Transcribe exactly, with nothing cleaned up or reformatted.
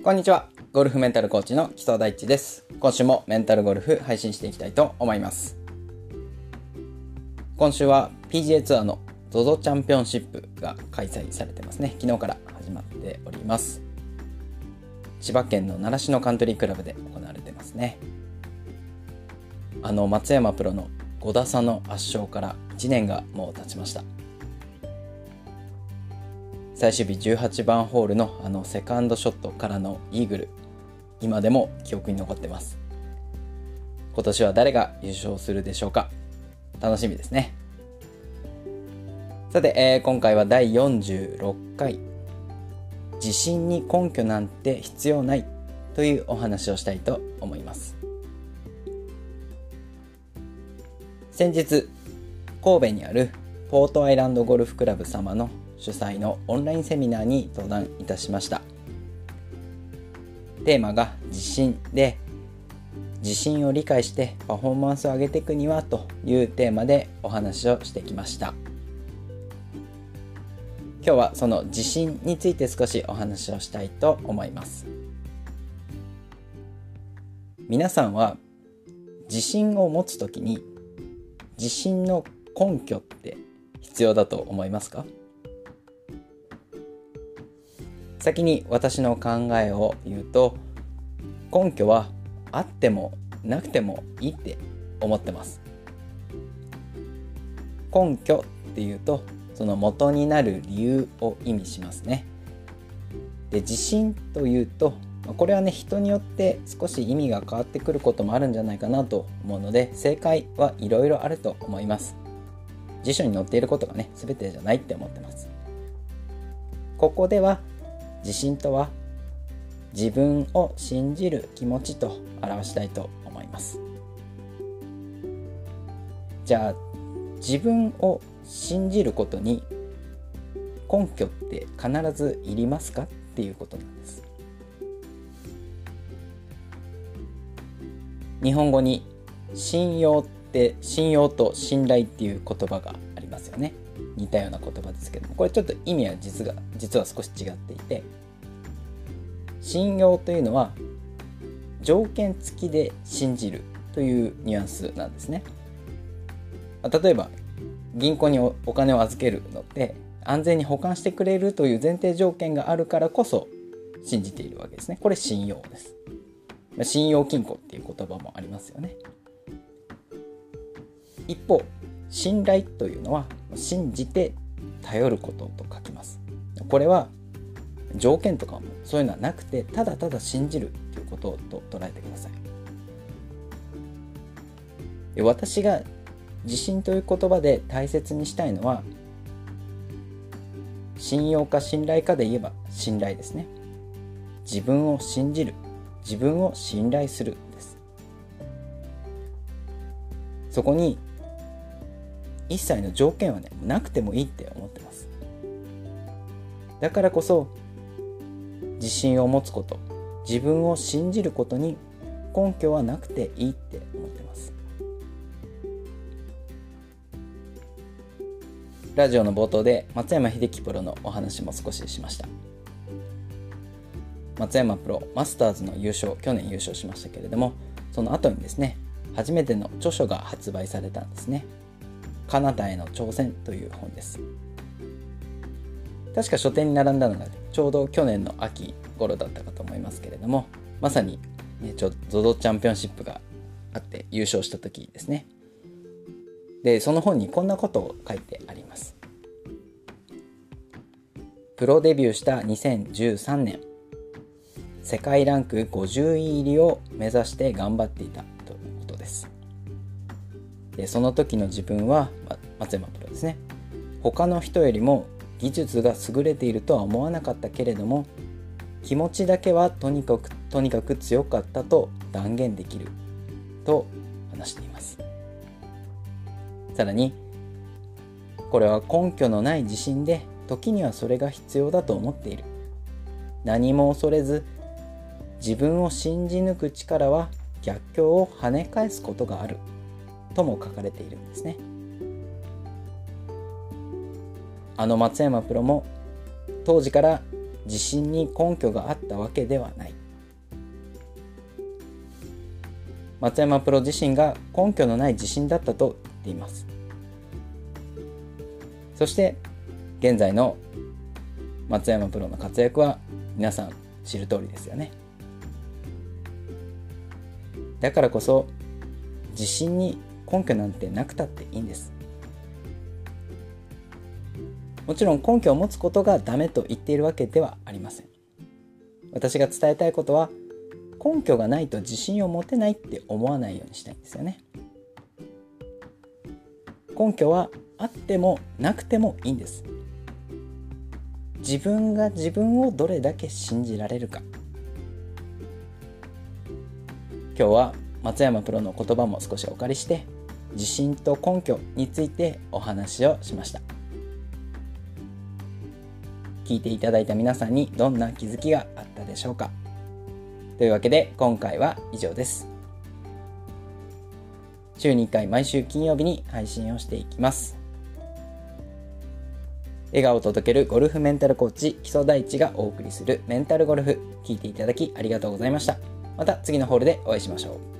こんにちは。ゴルフメンタルコーチの木曽大地です。今週もメンタルゴルフ配信していきたいと思います。今週は ピージーエー ツアーの ゾゾ チャンピオンシップが開催されてますね。昨日から始まっております。千葉県の習志野カントリークラブで行われてますね。あの松山プロのご打差の圧勝からいちねんがもう経ちました。最終日じゅうはちばんホールのあのセカンドショットからのイーグル、今でも記憶に残ってます。今年は誰が優勝するでしょうか。楽しみですね。さて、えー、今回はだいよんじゅうろっかい、自信に根拠なんて必要ないというお話をしたいと思います。先日、神戸にあるポートアイランドゴルフクラブ様の主催のオンラインセミナーに登壇いたしました。テーマが自信で、自信を理解してパフォーマンスを上げていくにはというテーマでお話をしてきました。今日はその自信について少しお話をしたいと思います。皆さんは自信を持つときに自信の根拠って必要だと思いますか？先に私の考えを言うと、根拠はあってもなくてもいいって思ってます。根拠っていうと、その元になる理由を意味しますね。で、自信というと、これはね、人によって少し意味が変わってくることもあるんじゃないかなと思うので、正解はいろいろあると思います。辞書に載っていることがね、全てじゃないって思ってます。ここでは自信とは自分を信じる気持ちと表したいと思います。じゃあ、自分を信じることに根拠って必ずいりますかっていうことなんです。日本語に信用って信用と信頼っていう言葉がありますよね。似たような言葉ですけども、これちょっと意味は実が実は少し違っていて、信用というのは条件付きで信じるというニュアンスなんですね。例えば銀行に お, お金を預けるのって安全に保管してくれるという前提条件があるからこそ信じているわけですね。これ信用です。信用金庫っていう言葉もありますよね。一方、信頼というのは信じて頼ることと書きます。これは条件とかもそういうのはなくて、ただただ信じるということと捉えてください。で、私が自信という言葉で大切にしたいのは、信用か信頼かで言えば信頼ですね。自分を信じる、自分を信頼するです。そこに一切の条件はね、なくてもいいって思ってます。だからこそ自信を持つこと、自分を信じることに根拠はなくていいって思ってます。ラジオの冒頭で松山英樹プロのお話も少ししました。松山プロマスターズの優勝、去年優勝しましたけれども、その後にですね、初めての著書が発売されたんですね。彼方への挑戦という本です。確か書店に並んだのがちょうど去年の秋頃だったかと思いますけれども、まさに、ね、ゾゾ チャンピオンシップがあって優勝した時ですね。で、その本にこんなことを書いてあります。プロデビューしたにせんじゅうさんねん、世界ランクごじゅうい入りを目指して頑張っていたということです。で、その時の自分は、松山プロですね、他の人よりも技術が優れているとは思わなかったけれども、気持ちだけはとにかくとにかく強かったと断言できると話しています。さらに、これは根拠のない自信で、時にはそれが必要だと思っている。何も恐れず自分を信じ抜く力は逆境を跳ね返すことがあるとも書かれているんですね。あの松山プロも当時から自信に根拠があったわけではない。 松山プロ自身が根拠のない自信だったと言っています。そして現在の松山プロの活躍は皆さん知る通りですよね。だからこそ自信に根拠なんてなくたっていいんです。もちろん根拠を持つことがダメと言っているわけではありません。私が伝えたいことは、根拠がないと自信を持てないって思わないようにしたいんですよね。根拠はあってもなくてもいいんです。自分が自分をどれだけ信じられるか。今日は松山プロの言葉も少しお借りして、自信と根拠についてお話をしました。聞いていただいた皆さんにどんな気づきがあったでしょうか。というわけで今回は以上です。週にいっかい毎週金曜日に配信をしていきます。笑顔を届けるゴルフメンタルコーチ木曽大地がお送りするメンタルゴルフ、聞いていただきありがとうございました。また次のホールでお会いしましょう。